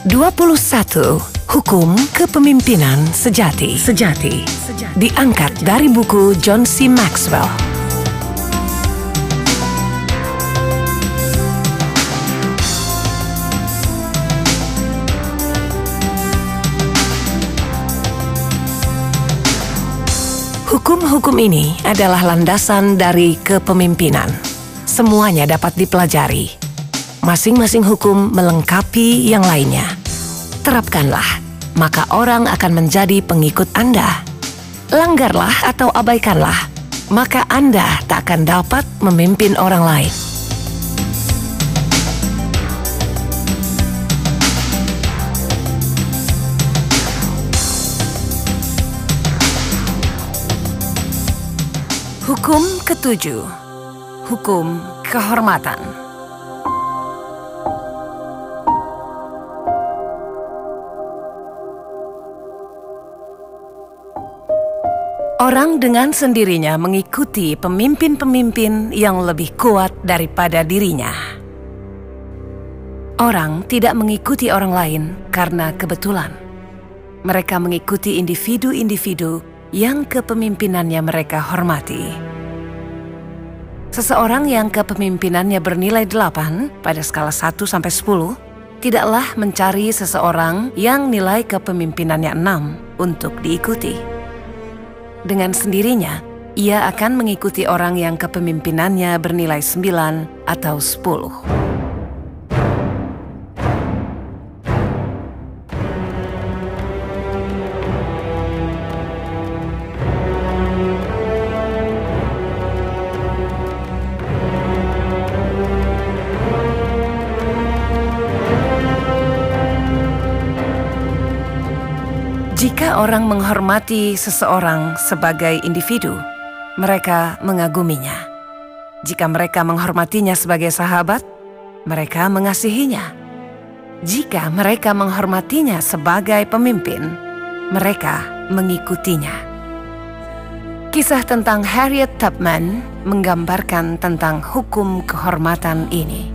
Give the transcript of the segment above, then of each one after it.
21. Hukum Kepemimpinan Sejati. Diangkat dari buku John C. Maxwell. Hukum-hukum ini adalah landasan dari kepemimpinan. Semuanya dapat dipelajari. Masing-masing hukum melengkapi yang lainnya. Terapkanlah, maka orang akan menjadi pengikut Anda. Langgarlah atau abaikanlah, maka Anda tak akan dapat memimpin orang lain. Hukum ketujuh, hukum kehormatan. Orang dengan sendirinya mengikuti pemimpin-pemimpin yang lebih kuat daripada dirinya. Orang tidak mengikuti orang lain karena kebetulan. Mereka mengikuti individu-individu yang kepemimpinannya mereka hormati. Seseorang yang kepemimpinannya bernilai 8 pada skala 1 sampai 10 tidaklah mencari seseorang yang nilai kepemimpinannya 6 untuk diikuti. Dengan sendirinya, ia akan mengikuti orang yang kepemimpinannya bernilai 9 atau 10. Jika orang menghormati seseorang sebagai individu, mereka mengaguminya. Jika mereka menghormatinya sebagai sahabat, mereka mengasihinya. Jika mereka menghormatinya sebagai pemimpin, mereka mengikutinya. Kisah tentang Harriet Tubman menggambarkan tentang hukum kehormatan ini.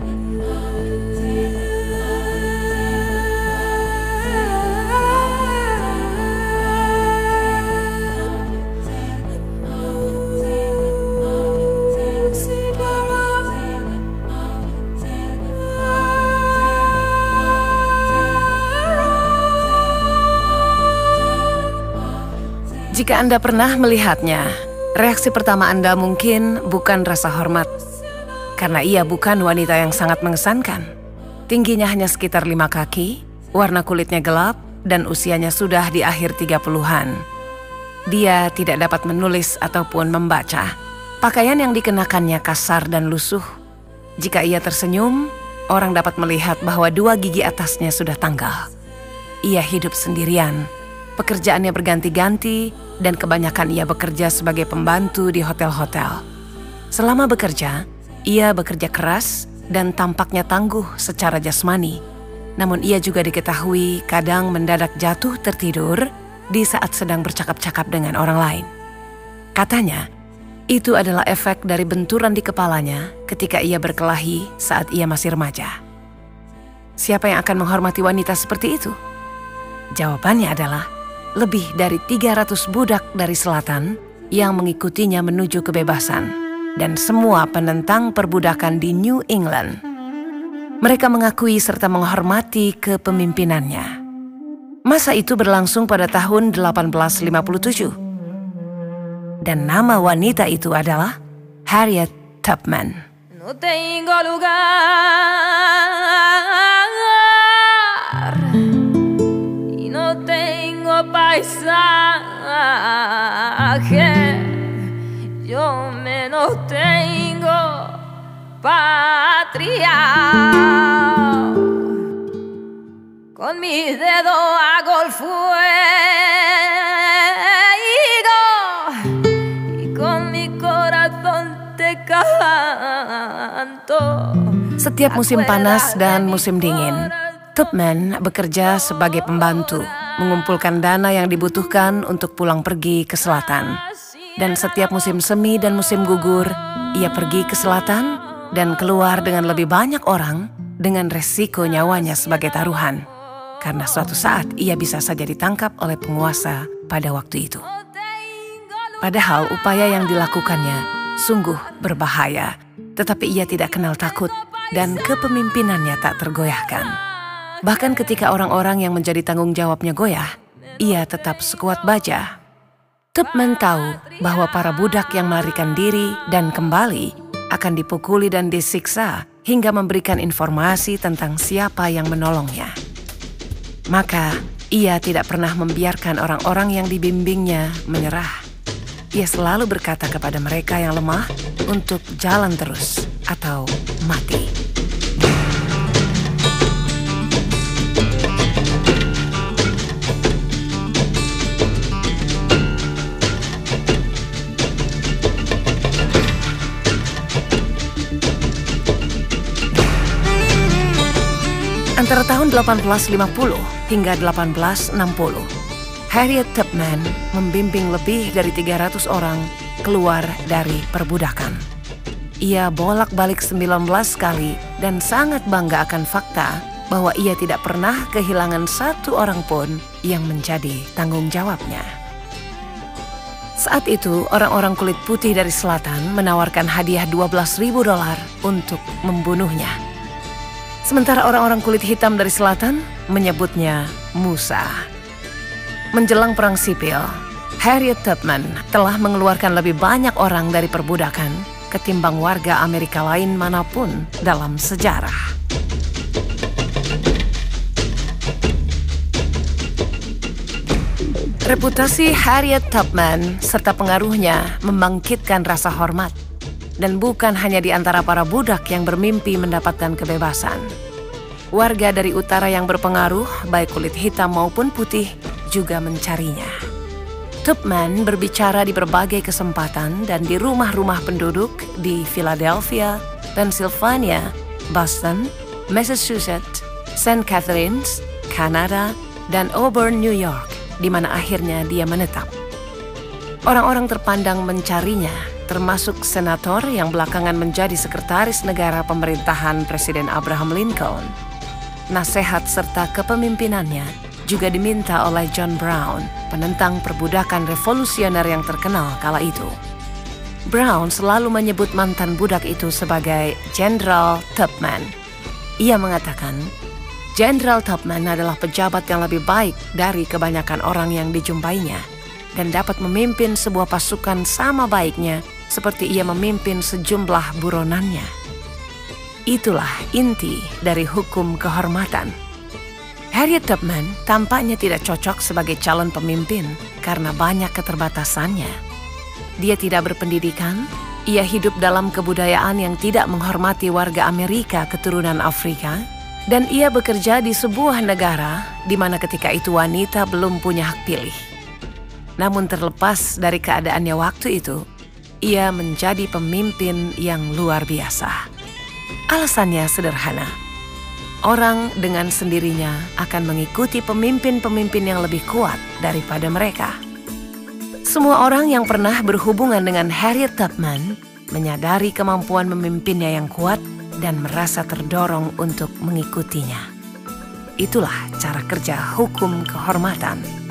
Jika Anda pernah melihatnya, reaksi pertama Anda mungkin bukan rasa hormat, karena ia bukan wanita yang sangat mengesankan. Tingginya hanya sekitar 5 kaki, warna kulitnya gelap, dan usianya sudah di akhir 30-an. Dia tidak dapat menulis ataupun membaca. Pakaian yang dikenakannya kasar dan lusuh. Jika ia tersenyum, orang dapat melihat bahwa 2 gigi atasnya sudah tanggal. Ia hidup sendirian. Pekerjaannya berganti-ganti dan kebanyakan ia bekerja sebagai pembantu di hotel-hotel. Selama bekerja, ia bekerja keras dan tampaknya tangguh secara jasmani. Namun ia juga diketahui kadang mendadak jatuh tertidur di saat sedang bercakap-cakap dengan orang lain. Katanya, itu adalah efek dari benturan di kepalanya ketika ia berkelahi saat ia masih remaja. Siapa yang akan menghormati wanita seperti itu? Jawabannya adalah lebih dari 300 budak dari selatan yang mengikutinya menuju kebebasan, dan semua penentang perbudakan di New England. Mereka mengakui serta menghormati kepemimpinannya. Masa itu berlangsung pada tahun 1857. Dan nama wanita itu adalah Harriet Tubman. No tengo lugar y no tengo paisaje, yo menos tengo patria. Con mis dedos hago el fuego y con mi corazón te canto. Setiap musim panas dan musim dingin, Tubman bekerja sebagai pembantu, mengumpulkan dana yang dibutuhkan untuk pulang pergi ke selatan. Dan setiap musim semi dan musim gugur, ia pergi ke selatan dan keluar dengan lebih banyak orang dengan resiko nyawanya sebagai taruhan. karena suatu saat ia bisa saja ditangkap oleh penguasa pada waktu itu. Padahal upaya yang dilakukannya sungguh berbahaya, tetapi ia tidak kenal takut dan kepemimpinannya tak tergoyahkan. Bahkan ketika orang-orang yang menjadi tanggung jawabnya goyah, ia tetap sekuat baja. Tubman tahu bahwa para budak yang melarikan diri dan kembali akan dipukuli dan disiksa hingga memberikan informasi tentang siapa yang menolongnya. Maka ia tidak pernah membiarkan orang-orang yang dibimbingnya menyerah. Ia selalu berkata kepada mereka yang lemah untuk jalan terus atau mati. Antara tahun 1850 hingga 1860, Harriet Tubman membimbing lebih dari 300 orang keluar dari perbudakan. Ia bolak-balik 19 kali dan sangat bangga akan fakta bahwa ia tidak pernah kehilangan satu orang pun yang menjadi tanggung jawabnya. Saat itu, orang-orang kulit putih dari selatan menawarkan hadiah $12.000 untuk membunuhnya. Sementara orang-orang kulit hitam dari selatan menyebutnya Musa. Menjelang perang sipil, Harriet Tubman telah mengeluarkan lebih banyak orang dari perbudakan ketimbang warga Amerika lain manapun dalam sejarah. Reputasi Harriet Tubman serta pengaruhnya membangkitkan rasa hormat. Dan bukan hanya di antara para budak yang bermimpi mendapatkan kebebasan. Warga dari utara yang berpengaruh, baik kulit hitam maupun putih, juga mencarinya. Tubman berbicara di berbagai kesempatan dan di rumah-rumah penduduk di Philadelphia, Pennsylvania, Boston, Massachusetts, St. Catharines, Kanada, dan Auburn, New York, di mana akhirnya dia menetap. Orang-orang terpandang mencarinya, termasuk senator yang belakangan menjadi sekretaris negara pemerintahan Presiden Abraham Lincoln. Nasihat serta kepemimpinannya juga diminta oleh John Brown, penentang perbudakan revolusioner yang terkenal kala itu. Brown selalu menyebut mantan budak itu sebagai Jenderal Tubman. Ia mengatakan, Jenderal Tubman adalah pejabat yang lebih baik dari kebanyakan orang yang dijumpainya dan dapat memimpin sebuah pasukan sama baiknya seperti ia memimpin sejumlah buronannya. Itulah inti dari hukum kehormatan. Harriet Tubman tampaknya tidak cocok sebagai calon pemimpin karena banyak keterbatasannya. Dia tidak berpendidikan, ia hidup dalam kebudayaan yang tidak menghormati warga Amerika keturunan Afrika, dan ia bekerja di sebuah negara di mana ketika itu wanita belum punya hak pilih. Namun terlepas dari keadaannya waktu itu, ia menjadi pemimpin yang luar biasa. Alasannya sederhana. Orang dengan sendirinya akan mengikuti pemimpin-pemimpin yang lebih kuat daripada mereka. Semua orang yang pernah berhubungan dengan Harriet Tubman menyadari kemampuan memimpinnya yang kuat dan merasa terdorong untuk mengikutinya. Itulah cara kerja hukum kehormatan.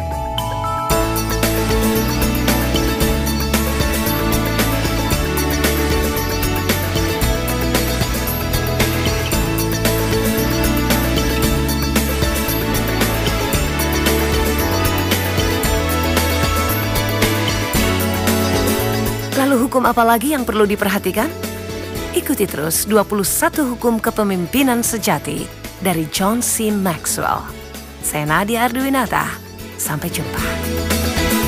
Lalu hukum apa lagi yang perlu diperhatikan? Ikuti terus 21 hukum kepemimpinan sejati dari John C. Maxwell. Saya Nadia Arduinata. Sampai jumpa.